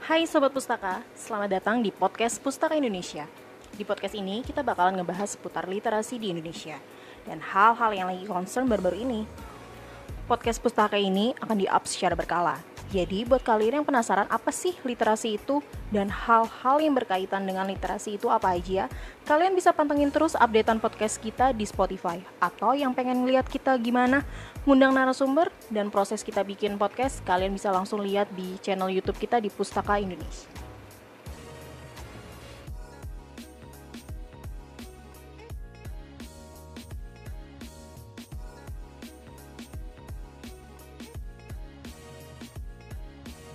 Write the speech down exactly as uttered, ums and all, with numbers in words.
Hai Sobat Pustaka, selamat datang di Podcast Pustaka Indonesia. Di podcast ini kita bakalan ngebahas seputar literasi di Indonesia dan hal-hal yang lagi concern baru-baru ini. Podcast Pustaka ini akan di-up secara berkala. Jadi buat kalian yang penasaran apa sih literasi itu dan hal-hal yang berkaitan dengan literasi itu apa aja, kalian bisa pantengin terus updatean podcast kita di Spotify. Atau yang pengen lihat kita gimana ngundang narasumber dan proses kita bikin podcast, kalian bisa langsung lihat di channel YouTube kita di Pustaka Indonesia.